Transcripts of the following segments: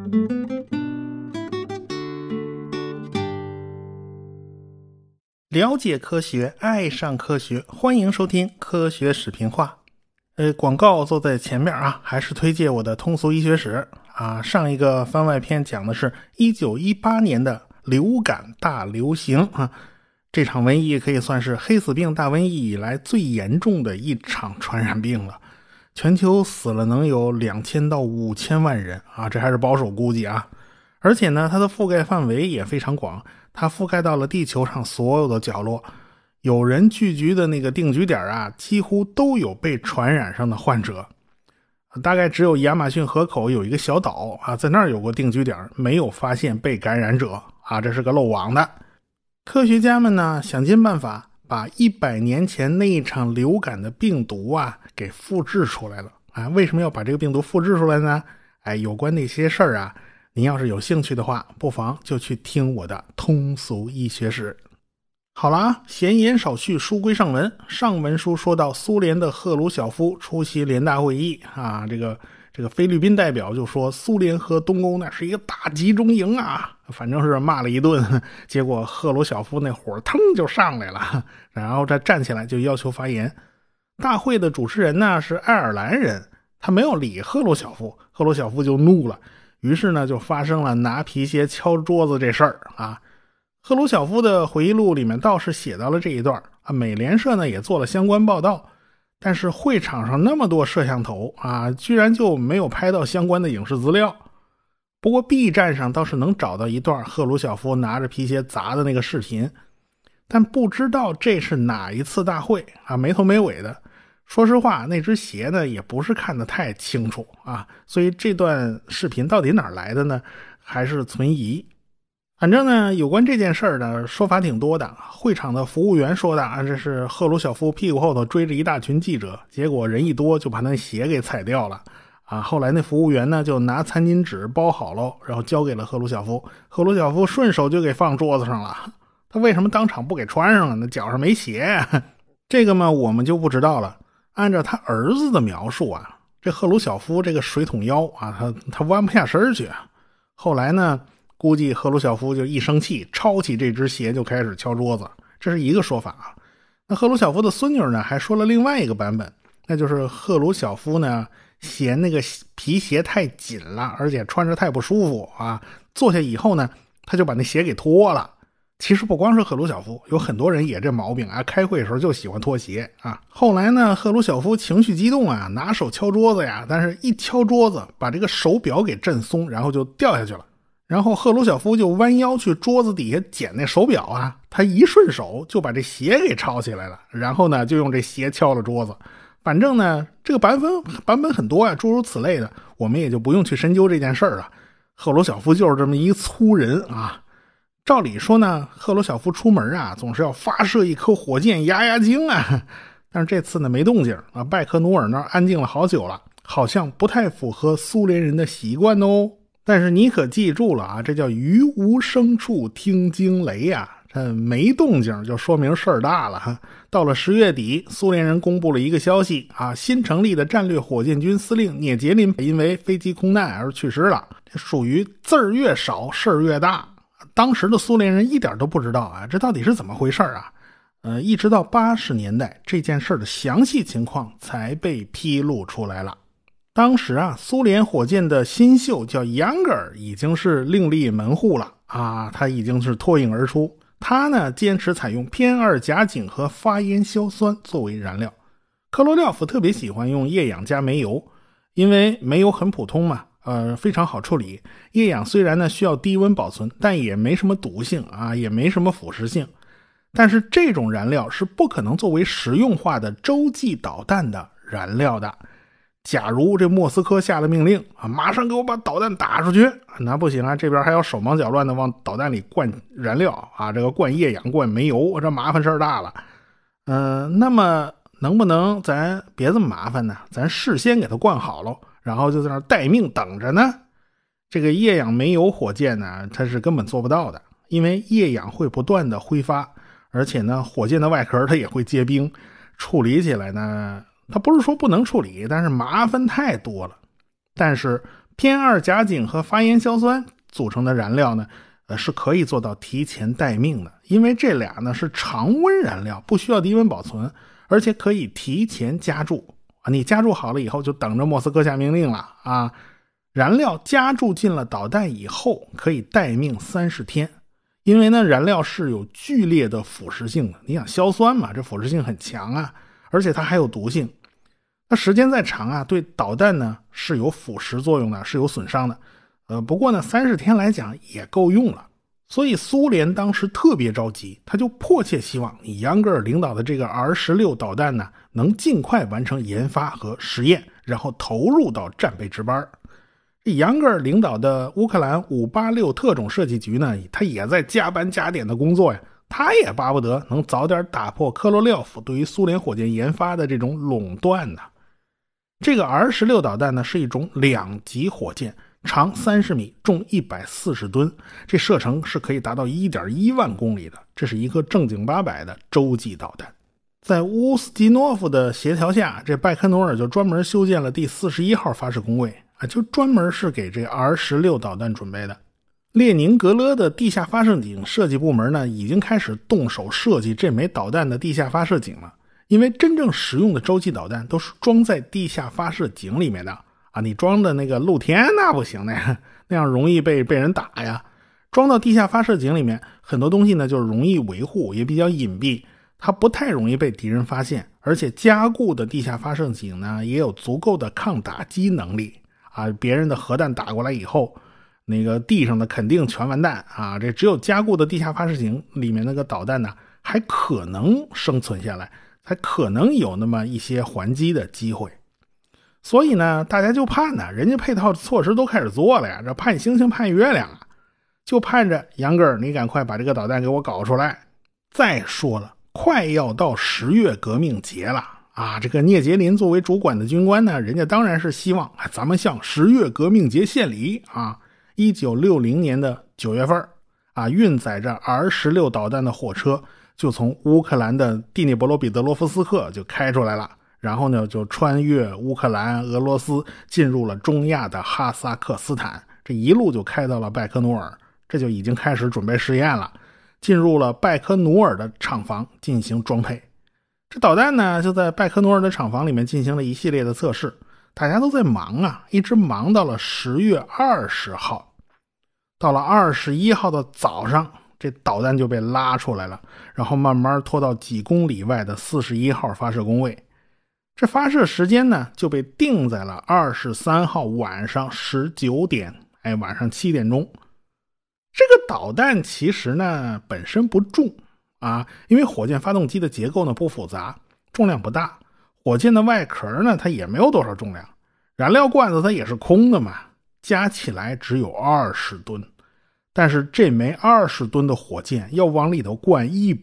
了解科学，爱上科学，欢迎收听科学视频化。广告坐在前面啊，还是推荐我的通俗医学史啊。上一个番外篇讲的是1918年的流感大流行啊，这场瘟疫可以算是黑死病大瘟疫以来最严重的一场传染病了，全球死了能有2000到5000万人啊，这还是保守估计啊。而且呢，它的覆盖范围也非常广，它覆盖到了地球上所有的角落。有人聚居的那个定居点啊，几乎都有被传染上的患者。大概只有亚马逊河口有一个小岛啊，在那儿有过定居点，没有发现被感染者啊，这是个漏网的。科学家们呢，想尽办法把100年前那一场流感的病毒啊给复制出来了啊。为什么要把这个病毒复制出来呢？有关那些事儿啊，您要是有兴趣的话，不妨就去听我的通俗医学史。好了啊，闲言少叙，书归上文。上文书说到苏联的赫鲁晓夫出席联大会议啊，这个菲律宾代表就说苏联和东欧那是一个大集中营啊，反正是骂了一顿。结果赫鲁晓夫那火腾就上来了，然后他站起来就要求发言。大会的主持人呢是爱尔兰人，他没有理赫鲁晓夫，赫鲁晓夫就怒了，于是呢就发生了拿皮鞋敲桌子这事儿啊。赫鲁晓夫的回忆录里面倒是写到了这一段啊，美联社呢也做了相关报道，但是会场上那么多摄像头啊，居然就没有拍到相关的影视资料。不过 B 站上倒是能找到一段赫鲁晓夫拿着皮鞋砸的那个视频，但不知道这是哪一次大会啊，没头没尾的。说实话，那只鞋呢也不是看得太清楚啊，所以这段视频到底哪儿来的呢，还是存疑。反正呢，有关这件事儿的说法挺多的。会场的服务员说的啊，这是赫鲁晓夫屁股后头追着一大群记者，结果人一多就把那鞋给踩掉了啊。后来那服务员呢就拿餐巾纸包好了，然后交给了赫鲁晓夫。赫鲁晓夫顺手就给放桌子上了。他为什么当场不给穿上了呢？脚上没鞋啊。这个嘛我们就不知道了。按照他儿子的描述啊，这赫鲁晓夫这个水桶腰啊，他弯不下身去。后来呢，估计赫鲁晓夫就一生气，抄起这只鞋就开始敲桌子，这是一个说法啊。那赫鲁晓夫的孙女呢，还说了另外一个版本，那就是赫鲁晓夫呢嫌那个皮鞋太紧了，而且穿着太不舒服啊，坐下以后呢，他就把那鞋给脱了。其实不光是赫鲁晓夫，有很多人也这毛病啊，开会的时候就喜欢脱鞋啊。后来呢，赫鲁晓夫情绪激动啊，拿手敲桌子呀，但是一敲桌子把这个手表给震松，然后就掉下去了。然后赫鲁晓夫就弯腰去桌子底下捡那手表啊，他一顺手就把这鞋给抄起来了，然后呢就用这鞋敲了桌子。反正呢这个版本很多啊，诸如此类的，我们也就不用去深究这件事儿了。赫鲁晓夫就是这么一粗人啊。照理说呢，赫鲁晓夫出门啊总是要发射一颗火箭压惊啊，但是这次呢没动静啊，拜科努尔那儿安静了好久了，好像不太符合苏联人的习惯哦。但是你可记住了啊，这叫于无声处听惊雷啊，这没动静就说明事儿大了哈。到了10月底，苏联人公布了一个消息啊，新成立的战略火箭军司令聂杰林因为飞机空难而去世了，这属于字儿越少事儿越大。当时的苏联人一点都不知道啊，这到底是怎么回事啊？一直到80年代，这件事的详细情况才被披露出来了。当时啊，苏联火箭的新秀叫杨格尔已经是另立门户了啊，他已经是脱颖而出。他呢坚持采用偏二甲肼和发烟硝酸作为燃料。科罗廖夫特别喜欢用液氧加煤油，因为煤油很普通嘛，非常好处理。液氧虽然呢需要低温保存，但也没什么毒性啊，也没什么腐蚀性。但是这种燃料是不可能作为实用化的洲际导弹的燃料的。假如这莫斯科下了命令啊，马上给我把导弹打出去，那不行啊，这边还要手忙脚乱的往导弹里灌燃料啊，这个灌液氧、灌煤油，这麻烦事儿大了。那么能不能咱别这么麻烦呢？咱事先给它灌好了，然后就在那待命等着呢？这个液氧煤油火箭呢，它是根本做不到的，因为液氧会不断的挥发，而且呢，火箭的外壳它也会结冰，处理起来呢，它不是说不能处理，但是麻烦太多了。但是偏二甲肼和发烟硝酸组成的燃料呢，是可以做到提前待命的，因为这俩呢是常温燃料，不需要低温保存，而且可以提前加注啊。你加注好了以后，就等着莫斯科下命令了啊。燃料加注进了导弹以后，可以待命30天，因为呢燃料是有剧烈的腐蚀性的。你想硝酸嘛，这腐蚀性很强啊，而且它还有毒性。那时间再长啊，对导弹呢是有腐蚀作用的，是有损伤的。不过呢30天来讲也够用了。所以苏联当时特别着急，他就迫切希望你杨格尔领导的这个 R-16 导弹呢能尽快完成研发和实验，然后投入到战备值班。这杨格尔领导的乌克兰586特种设计局呢，他也在加班加点的工作呀，他也巴不得能早点打破科罗廖夫对于苏联火箭研发的这种垄断呢。这个 R-16 导弹呢是一种2级火箭，长30米，重140吨，这射程是可以达到 1.1 万公里的，这是一个正经八百的洲际导弹。在乌斯基诺夫的协调下，这拜科努尔就专门修建了第41号发射工位啊，就专门是给这 R-16 导弹准备的。列宁格勒的地下发射井设计部门呢，已经开始动手设计这枚导弹的地下发射井了。因为真正实用的洲际导弹都是装在地下发射井里面的啊，你装的那个露天那不行的，那样容易被人打呀。装到地下发射井里面，很多东西呢就是容易维护，也比较隐蔽，它不太容易被敌人发现，而且加固的地下发射井呢也有足够的抗打击能力啊，别人的核弹打过来以后，那个地上的肯定全完蛋啊，这只有加固的地下发射井里面那个导弹呢还可能生存下来，还可能有那么一些还击的机会。所以呢大家就盼呢，人家配套措施都开始做了呀，这盼星星盼月亮啊，就盼着杨格尔你赶快把这个导弹给我搞出来。再说了，快要到10月革命节了啊，这个聂杰林作为主管的军官呢，人家当然是希望咱们向10月革命节献礼啊。1960年的9月份啊，运载着 R-16 导弹的火车就从乌克兰的第聂伯罗彼得罗夫斯克就开出来了，然后呢就穿越乌克兰、俄罗斯，进入了中亚的哈萨克斯坦，这一路就开到了拜科努尔，这就已经开始准备试验了，进入了拜科努尔的厂房进行装配。这导弹呢就在拜科努尔的厂房里面进行了一系列的测试，大家都在忙啊，一直忙到了10月20号。到了21号的早上，这导弹就被拉出来了，然后慢慢拖到几公里外的41号发射工位。这发射时间呢就被定在了23号晚上19点，晚上7点钟。这个导弹其实呢本身不重啊，因为火箭发动机的结构呢不复杂，重量不大，火箭的外壳呢它也没有多少重量，燃料罐子它也是空的嘛，加起来只有20吨。但是这枚20吨的火箭要往里头灌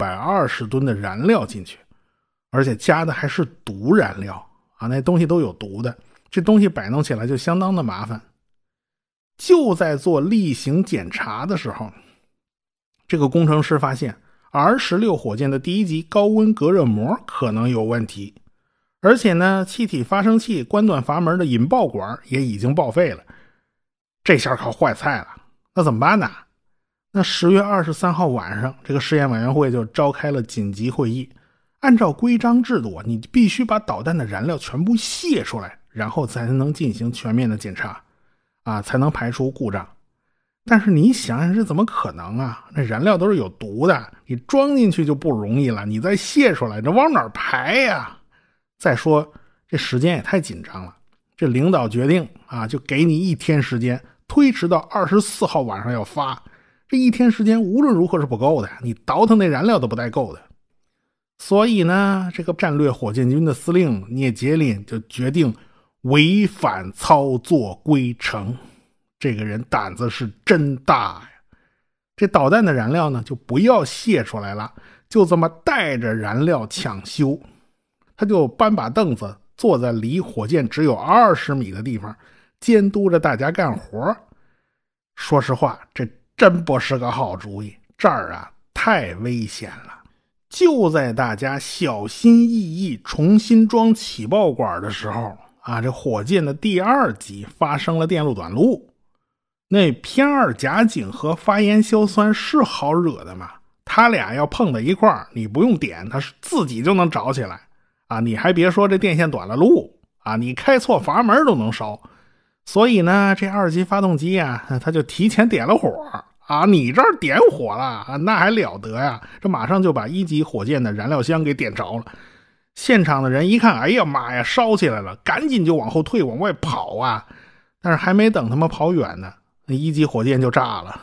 120吨的燃料进去，而且加的还是毒燃料啊，那东西都有毒的，这东西摆弄起来就相当的麻烦。就在做例行检查的时候，这个工程师发现 R-16 火箭的第一级高温隔热膜可能有问题，而且呢气体发生器关断阀门的引爆管也已经报废了，这下可坏菜了。那怎么办呢？那10月23号晚上，这个试验委员会就召开了紧急会议。按照规章制度，你必须把导弹的燃料全部泄出来，然后才能进行全面的检查啊，才能排除故障。但是你想想，这怎么可能啊？那燃料都是有毒的，你装进去就不容易了，你再泄出来，这往哪儿排呀？再说这时间也太紧张了，这领导决定啊，就给你1天时间，推迟到24号晚上要发。这1天时间无论如何是不够的，你倒腾那燃料都不带够的。所以呢，这个战略火箭军的司令聂杰林就决定违反操作规程。这个人胆子是真大呀！这导弹的燃料呢就不要泄出来了，就这么带着燃料抢修。他就搬把凳子坐在离火箭只有20米的地方，监督着大家干活。说实话，这真不是个好主意，这儿啊太危险了。就在大家小心翼翼重新装起爆管的时候啊，这火箭的第2级发生了电路短路。那偏二甲肼和发烟硝酸是好惹的吗？它俩要碰到一块儿，你不用点，它自己就能着起来啊！你还别说这电线短了路啊，你开错阀门都能烧。所以呢，这2级发动机啊，它就提前点了火啊！你这儿点火了啊，那还了得呀！这马上就把1级火箭的燃料箱给点着了。现场的人一看，哎呀妈呀，烧起来了，赶紧就往后退，往外跑啊！但是还没等他们跑远呢，那1级火箭就炸了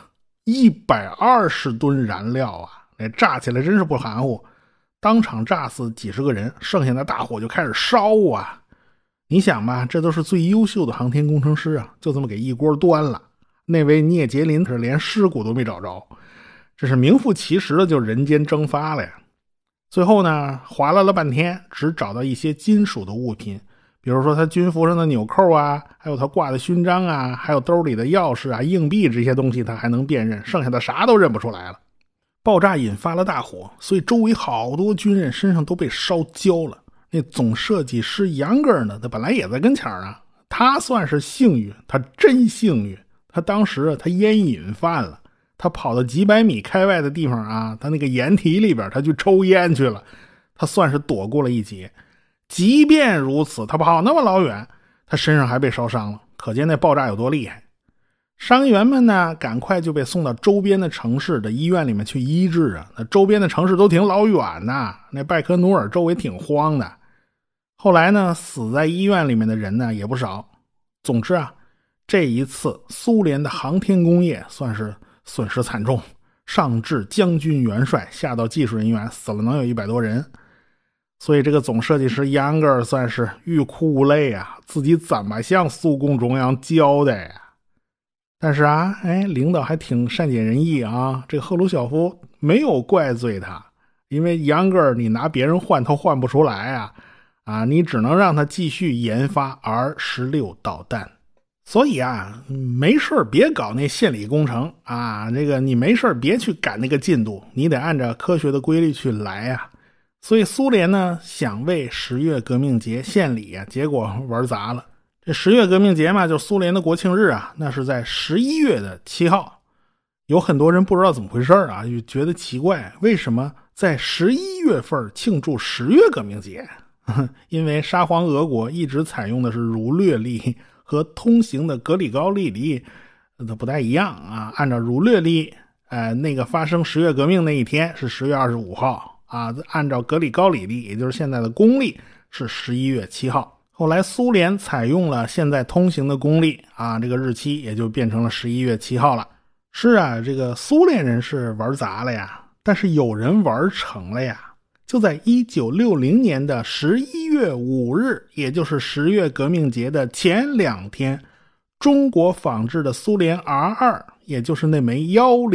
，120吨燃料啊！那炸起来真是不含糊，当场炸死几十个人，剩下的大火就开始烧啊！你想吧，这都是最优秀的航天工程师啊，就这么给一锅端了。那位聂杰林是连尸骨都没找着，这是名副其实的就人间蒸发了呀。最后呢，划拉了半天，只找到一些金属的物品，比如说他军服上的纽扣啊，还有他挂的勋章啊，还有兜里的钥匙啊、硬币这些东西他还能辨认，剩下的啥都认不出来了。爆炸引发了大火，所以周围好多军人身上都被烧焦了。那总设计师杨格呢，他本来也在跟前呢，他算是幸运，他真幸运。他当时他烟瘾犯了，他跑到几百米开外的地方啊，他那个掩体里边他去抽烟去了，他算是躲过了一劫。即便如此，他跑那么老远，他身上还被烧伤了，可见那爆炸有多厉害。伤员们呢，赶快就被送到周边的城市的医院里面去医治啊。那周边的城市都挺老远呐，那拜科努尔周围挺荒的。后来呢，死在医院里面的人呢也不少。总之啊，这一次苏联的航天工业算是损失惨重，上至将军元帅，下到技术人员，死了能有100多人。所以这个总设计师杨格尔算是欲哭无泪啊，自己怎么向苏共中央交代呀？但是啊，领导还挺善解人意啊，这个赫鲁晓夫没有怪罪他，因为杨格尔你拿别人换他换不出来啊，你只能让他继续研发 R-16 导弹。所以啊，没事别搞那献礼工程啊，这个你没事别去赶那个进度，你得按照科学的规律去来啊。所以苏联呢想为10月革命节献礼啊，结果玩砸了。这10月革命节嘛，就是苏联的国庆日啊，那是在11月的7号。有很多人不知道怎么回事啊，就觉得奇怪，为什么在11月份庆祝10月革命节？因为沙皇俄国一直采用的是儒略历，和通行的格里高利历它不太一样啊。按照儒略历，那个发生10月革命那一天是10月25号啊，按照格里高里历，也就是现在的公历是11月7号。后来苏联采用了现在通行的公历啊，这个日期也就变成了11月7号了。是啊，这个苏联人是玩砸了呀，但是有人玩成了呀。就在1960年的11月5日，也就是10月革命节的前2天，中国仿制的苏联 R2， 也就是那枚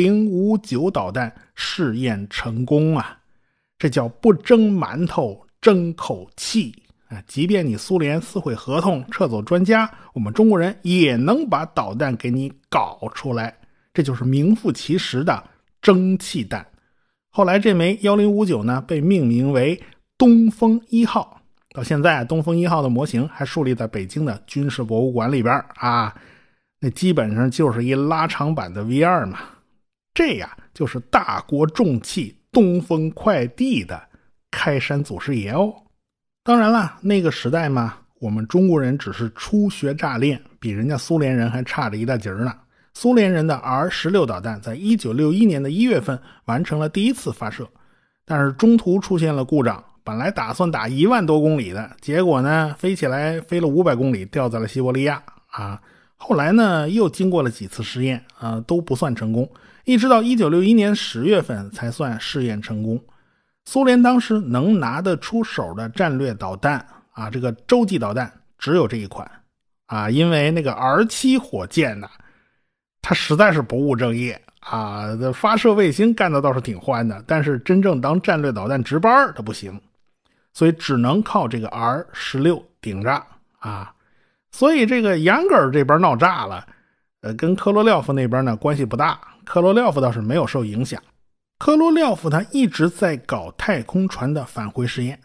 1059导弹试验成功啊！这叫不争馒头争口气啊！即便你苏联撕毁合同撤走专家，我们中国人也能把导弹给你搞出来，这就是名副其实的蒸汽弹。后来这枚1059呢被命名为东风1号，到现在东风1号的模型还树立在北京的军事博物馆里边啊，那基本上就是一拉长版的 V2 嘛。这呀就是大国重器东风快递的开山祖师爷哦。当然了，那个时代嘛，我们中国人只是初学乍练，比人家苏联人还差着一大截呢。苏联人的 R-16 导弹在1961年的1月份完成了第一次发射，但是中途出现了故障，本来打算打1万多公里的，结果呢飞起来飞了500公里，掉在了西伯利亚啊。后来呢又经过了几次试验啊，都不算成功，一直到1961年10月份才算试验成功。苏联当时能拿得出手的战略导弹啊，这个洲际导弹只有这一款啊，因为那个 R7 火箭呢，它实在是不务正业啊，发射卫星干的倒是挺欢的，但是真正当战略导弹值班它不行，所以只能靠这个 R-16 顶着啊。所以这个杨格尔这边闹炸了，跟科罗廖夫那边呢关系不大，科罗廖夫倒是没有受影响。科罗廖夫他一直在搞太空船的返回实验，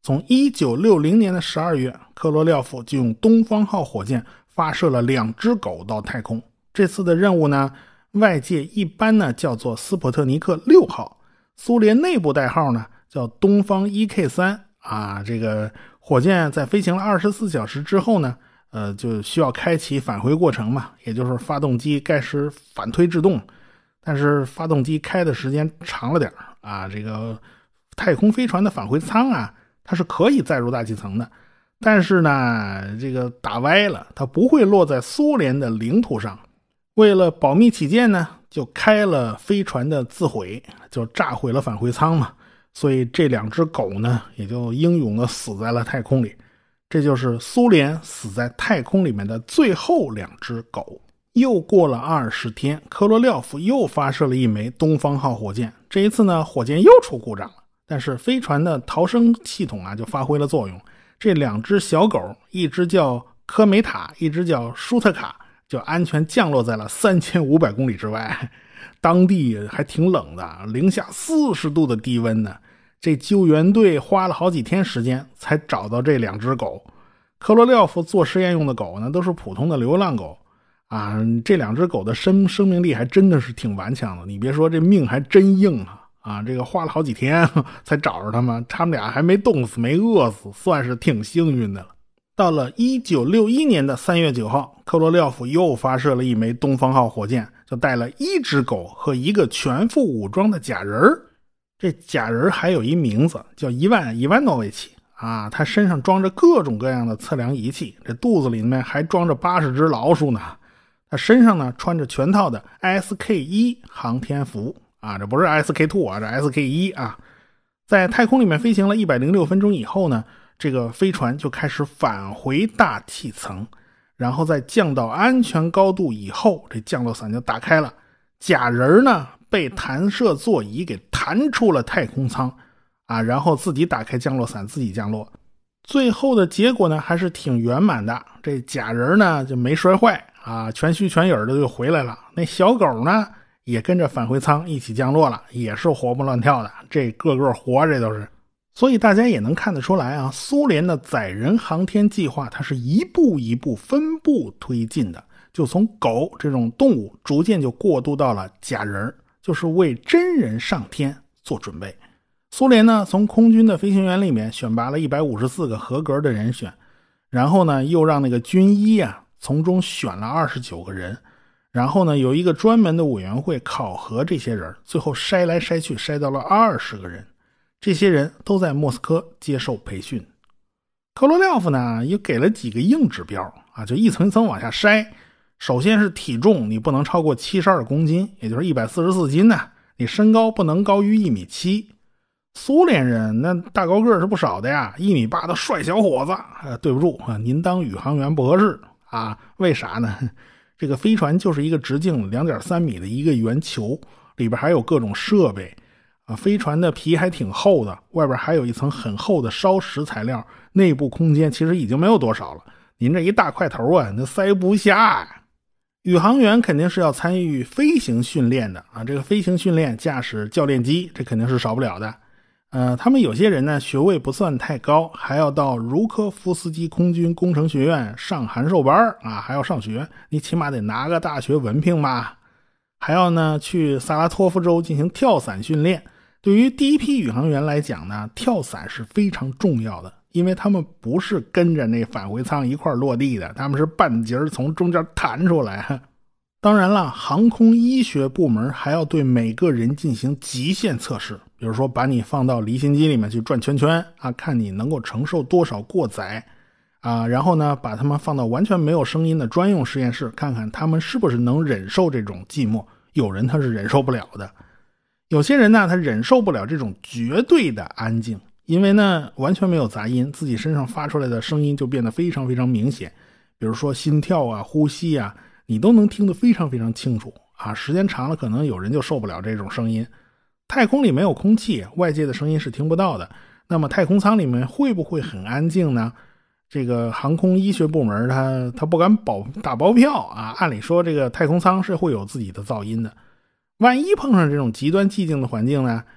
从1960年的12月，科罗廖夫就用东方号火箭发射了2只狗到太空。这次的任务呢，外界一般呢叫做斯普特尼克6号，苏联内部代号呢叫东方 1K3 啊。这个火箭在飞行了24小时之后呢，就需要开启返回过程嘛，也就是发动机开始反推制动。但是发动机开的时间长了点啊，这个太空飞船的返回舱啊，它是可以载入大气层的，但是呢，这个打歪了，它不会落在苏联的领土上。为了保密起见呢，就开了飞船的自毁，就炸毁了返回舱嘛。所以这2只狗呢，也就英勇的死在了太空里。这就是苏联死在太空里面的最后2只狗。又过了20天，科罗廖夫又发射了一枚东方号火箭。这一次呢，火箭又出故障了，但是飞船的逃生系统啊就发挥了作用。这2只小狗，一只叫科梅塔，一只叫舒特卡，就安全降落在了3500公里之外。当地还挺冷的，零下40度的低温呢。这救援队花了好几天时间才找到这2只狗。科罗廖夫做实验用的狗呢，都是普通的流浪狗啊。这2只狗的生命力还真的是挺顽强的，你别说，这命还真硬啊！这个花了好几天才找着他们俩还没冻死，没饿死，算是挺幸运的了。到了1961年的3月9号，科罗廖夫又发射了一枚东方号火箭，就带了1只狗和一个全副武装的假人。这假人还有一名字叫伊万诺维奇啊，他身上装着各种各样的测量仪器，这肚子里面还装着80只老鼠呢。他身上呢穿着全套的 SK1 航天服啊，这不是 SK2 啊，这 SK1 啊。在太空里面飞行了106分钟以后呢，这个飞船就开始返回大气层，然后在降到安全高度以后，这降落伞就打开了，假人呢被弹射座椅给弹出了太空舱啊，然后自己打开降落伞自己降落。最后的结果呢还是挺圆满的，这假人呢就没摔坏啊，全虚全影的就回来了。那小狗呢也跟着返回舱一起降落了，也是活蹦乱跳的，这个个活着都是。所以大家也能看得出来啊，苏联的载人航天计划它是一步一步分步推进的，就从狗这种动物逐渐就过渡到了假人，就是为真人上天做准备。苏联呢从空军的飞行员里面选拔了154个合格的人选，然后呢又让那个军医啊从中选了29个人，然后呢有一个专门的委员会考核这些人，最后筛来筛去筛到了20个人。这些人都在莫斯科接受培训。科罗廖夫呢也给了几个硬指标啊，就一层一层往下筛。首先是体重，你不能超过72公斤，也就是144斤呢，你身高不能高于1.7米。苏联人那大高个是不少的呀，1.8米的帅小伙子。对不住啊，您当宇航员不合适啊。为啥呢？这个飞船就是一个直径2.3米的一个圆球，里边还有各种设备啊。飞船的皮还挺厚的，外边还有一层很厚的烧蚀材料，内部空间其实已经没有多少了。您这一大块头啊，那塞不下呀。宇航员肯定是要参与飞行训练的啊，这个飞行训练驾驶教练机，这肯定是少不了的。他们有些人呢学位不算太高，还要到茹科夫斯基空军工程学院上函授班啊，还要上学，你起码得拿个大学文凭吧。还要呢去萨拉托夫州进行跳伞训练。对于第一批宇航员来讲呢，跳伞是非常重要的，因为他们不是跟着那返回舱一块落地的，他们是半截从中间弹出来。当然了，航空医学部门还要对每个人进行极限测试，比如说把你放到离心机里面去转圈圈啊，看你能够承受多少过载啊，然后呢把他们放到完全没有声音的专用实验室，看看他们是不是能忍受这种寂寞。有人他是忍受不了的，有些人呢他忍受不了这种绝对的安静，因为呢完全没有杂音，自己身上发出来的声音就变得非常非常明显，比如说心跳啊、呼吸啊，你都能听得非常非常清楚啊。时间长了可能有人就受不了这种声音。太空里没有空气，外界的声音是听不到的，那么太空舱里面会不会很安静呢？这个航空医学部门他不敢打包票啊。按理说这个太空舱是会有自己的噪音的，万一碰上这种极端寂静的环境呢，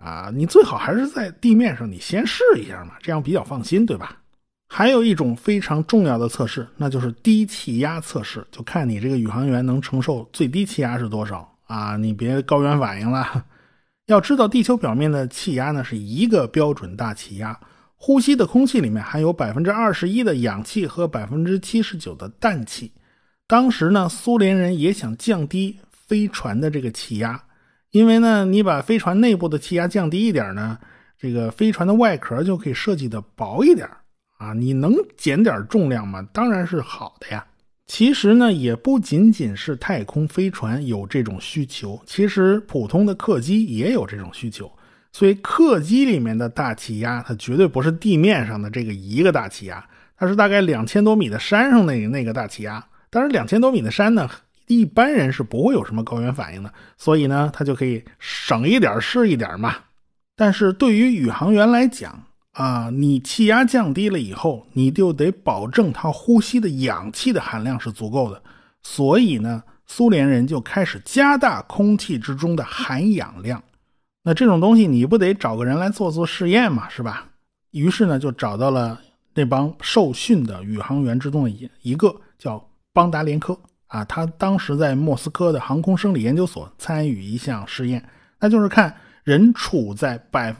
你最好还是在地面上你先试一下嘛，这样比较放心，对吧？还有一种非常重要的测试，那就是低气压测试，就看你这个宇航员能承受最低气压是多少你别高原反应了。要知道地球表面的气压呢是一个标准大气压，呼吸的空气里面含有 21% 的氧气和 79% 的氮气。当时呢，苏联人也想降低飞船的这个气压，因为呢，你把飞船内部的气压降低一点呢，这个飞船的外壳就可以设计的薄一点你能减点重量吗？当然是好的呀。其实呢，也不仅仅是太空飞船有这种需求，其实普通的客机也有这种需求。所以客机里面的大气压，它绝对不是地面上的这个一个大气压，它是大概2000多米的山上那个大气压。当然2000多米的山呢，一般人是不会有什么高原反应的，所以呢，它就可以省一点是一点嘛。但是对于宇航员来讲你气压降低了以后，你就得保证他呼吸的氧气的含量是足够的。所以呢，苏联人就开始加大空气之中的含氧量。那这种东西你不得找个人来做试验嘛，是吧？于是呢，就找到了那帮受训的宇航员之中的一个叫邦达连科他当时在莫斯科的航空生理研究所参与一项试验，那就是看人处在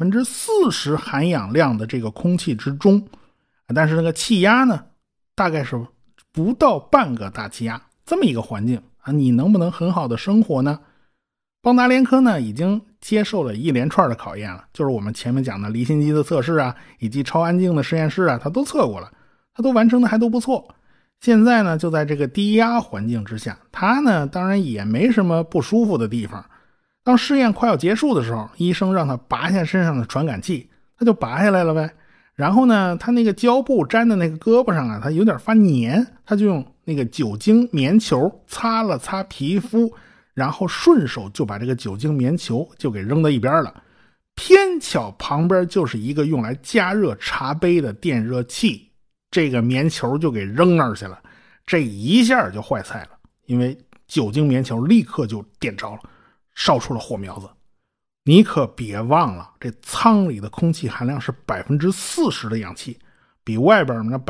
40% 含氧量的这个空气之中，但是那个气压呢，大概是不到半个大气压，这么一个环境你能不能很好的生活呢？邦达连科呢，已经接受了一连串的考验了，就是我们前面讲的离心机的测试以及超安静的实验室他都测过了，他都完成的还都不错。现在呢，就在这个低压环境之下，他呢，当然也没什么不舒服的地方。当试验快要结束的时候，医生让他拔下身上的传感器，他就拔下来了呗。然后呢，他那个胶布粘的那个胳膊上他有点发黏，他就用那个酒精棉球擦了擦皮肤，然后顺手就把这个酒精棉球就给扔到一边了。偏巧旁边就是一个用来加热茶杯的电热器，这个棉球就给扔那儿去了。这一下就坏菜了，因为酒精棉球立刻就点着了，烧出了火苗子。你可别忘了，这舱里的空气含量是 40% 的氧气，比外边那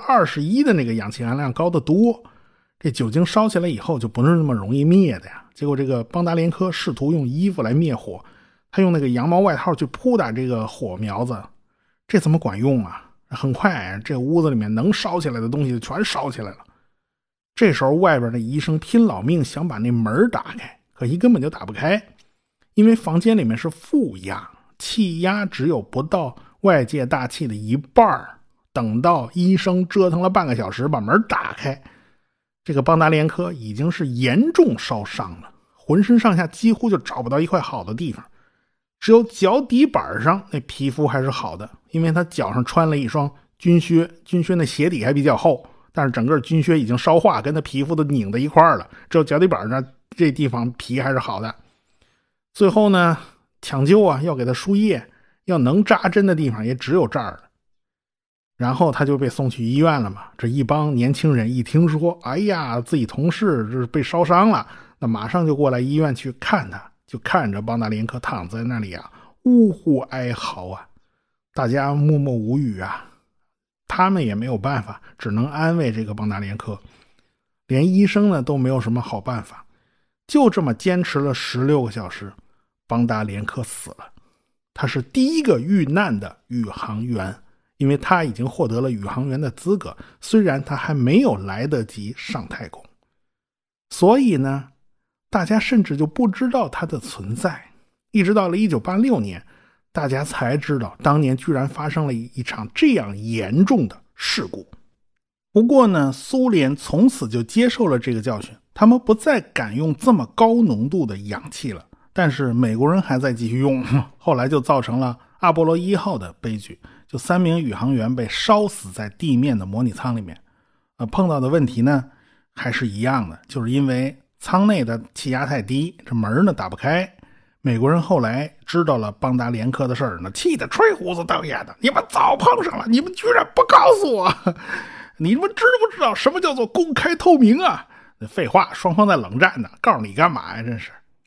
21% 的那个氧气含量高得多。这酒精烧起来以后就不是那么容易灭的呀。结果这个邦达连科试图用衣服来灭火，他用那个羊毛外套去扑打这个火苗子，这怎么管用啊？很快这屋子里面能烧起来的东西全烧起来了。这时候外边的医生拼老命想把那门打开，可惜根本就打不开，因为房间里面是负压，气压只有不到外界大气的一半。等到医生折腾了半个小时把门打开，这个邦达连科已经是严重烧伤了，浑身上下几乎就找不到一块好的地方，只有脚底板上那皮肤还是好的，因为他脚上穿了一双军靴，军靴那鞋底还比较厚，但是整个军靴已经烧化，跟他皮肤都拧在一块了，只有脚底板上这地方皮还是好的。最后呢，抢救要给他输液，要能扎针的地方也只有这儿了。然后他就被送去医院了嘛。这一帮年轻人一听说，哎呀，自己同事这被烧伤了，那马上就过来医院去看他，就看着邦达连科躺在那里呜呼哀嚎大家默默无语他们也没有办法，只能安慰这个邦达连科。连医生呢都没有什么好办法，就这么坚持了16个小时，邦达连科死了。他是第一个遇难的宇航员，因为他已经获得了宇航员的资格，虽然他还没有来得及上太空。所以呢，大家甚至就不知道他的存在，一直到了1986年，大家才知道当年居然发生了一场这样严重的事故。不过呢，苏联从此就接受了这个教训，他们不再敢用这么高浓度的氧气了，但是美国人还在继续用，后来就造成了阿波罗1号的悲剧，就3名宇航员被烧死在地面的模拟舱里面。碰到的问题呢还是一样的，就是因为舱内的气压太低，这门呢打不开。美国人后来知道了邦达连科的事儿呢，气得吹胡子瞪眼的，你们早碰上了，你们居然不告诉我，你们知不知道什么叫做公开透明啊？废话，双方在冷战呢，告诉你干嘛呀？真是。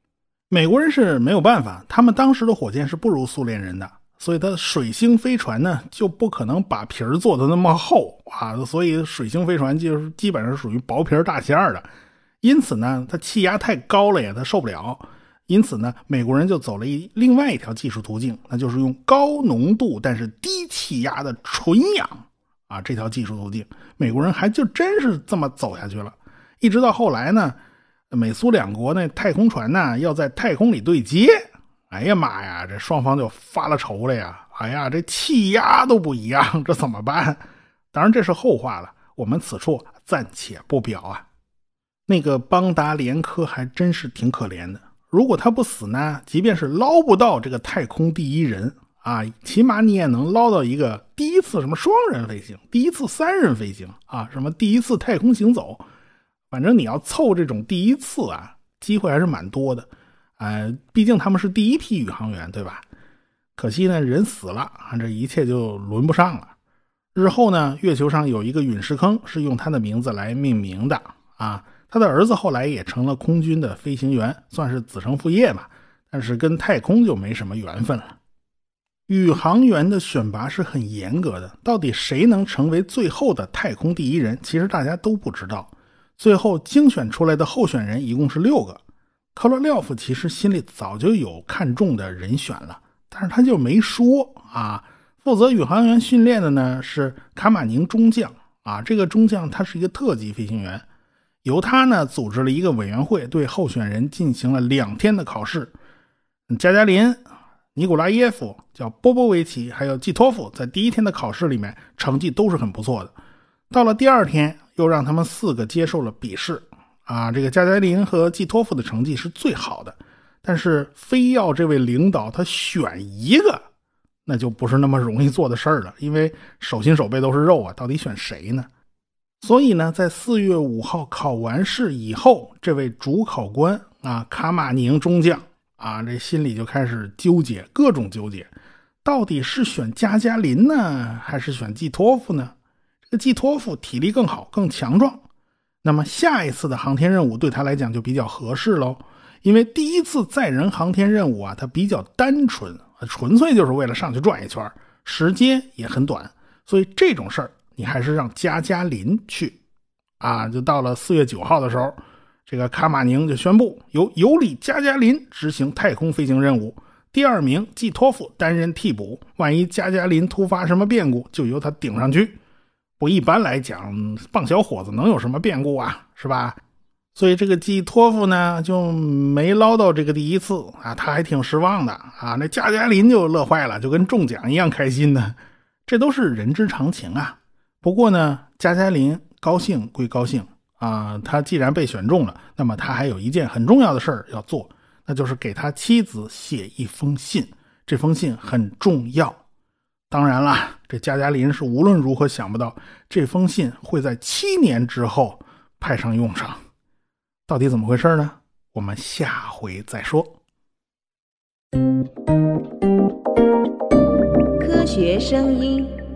美国人是没有办法，他们当时的火箭是不如苏联人的，所以它水星飞船呢就不可能把皮儿做的那么厚啊，所以水星飞船就是基本上属于薄皮儿大馅儿的。因此呢，它气压太高了呀，它受不了。因此呢，美国人就走了另外一条技术途径，那就是用高浓度但是低气压的纯氧啊，这条技术途径，美国人还就真是这么走下去了。一直到后来呢，美苏两国那太空船呢要在太空里对接，哎呀妈呀，这双方就发了愁了呀！哎呀，这气压都不一样，这怎么办？当然这是后话了，我们此处暂且不表啊。那个邦达连科还真是挺可怜的，如果他不死呢，即便是捞不到这个太空第一人啊，起码你也能捞到一个第一次什么双人飞行，第一次三人飞行啊，什么第一次太空行走，反正你要凑这种第一次啊，机会还是蛮多的。毕竟他们是第一批宇航员，对吧？可惜呢，人死了啊，这一切就轮不上了。日后呢，月球上有一个陨石坑是用他的名字来命名的啊。他的儿子后来也成了空军的飞行员，算是子承父业吧，但是跟太空就没什么缘分了。宇航员的选拔是很严格的，到底谁能成为最后的太空第一人，其实大家都不知道。最后精选出来的候选人一共是6个。科罗廖夫其实心里早就有看中的人选了，但是他就没说啊。负责宇航员训练的呢是卡马宁中将啊，这个中将他是一个特级飞行员，由他呢组织了一个委员会，对候选人进行了2天的考试。加加林、尼古拉耶夫、叫波波维奇还有季托夫在第1天的考试里面成绩都是很不错的。到了第2天又让他们4个接受了笔试啊，这个加加林和季托夫的成绩是最好的，但是非要这位领导他选一个，那就不是那么容易做的事儿了，因为手心手背都是肉啊，到底选谁呢？所以呢，在4月5号考完试以后，这位主考官啊，卡马宁中将啊，这心里就开始纠结，各种纠结，到底是选加加林呢，还是选季托夫呢？这个季托夫体力更好，更强壮，那么下一次的航天任务对他来讲就比较合适咯，因为第1次载人航天任务啊，它比较单纯，纯粹就是为了上去转一圈，时间也很短，所以这种事儿你还是让加加林去啊。就到了4月9号的时候，这个卡马宁就宣布由尤里加加林执行太空飞行任务，第2名季托夫担任替补，万一加加林突发什么变故就由他顶上去。不，一般来讲棒小伙子能有什么变故啊，是吧？所以这个季托夫呢就没捞到这个第1次啊，他还挺失望的啊。那加加林就乐坏了，就跟中奖一样开心的，这都是人之常情啊。不过呢，加加林高兴归高兴啊，他既然被选中了，那么他还有一件很重要的事儿要做，那就是给他妻子写一封信，这封信很重要。当然啦，这加加林是无论如何想不到这封信会在7年之后派上用场。到底怎么回事呢？我们下回再说。 科学声音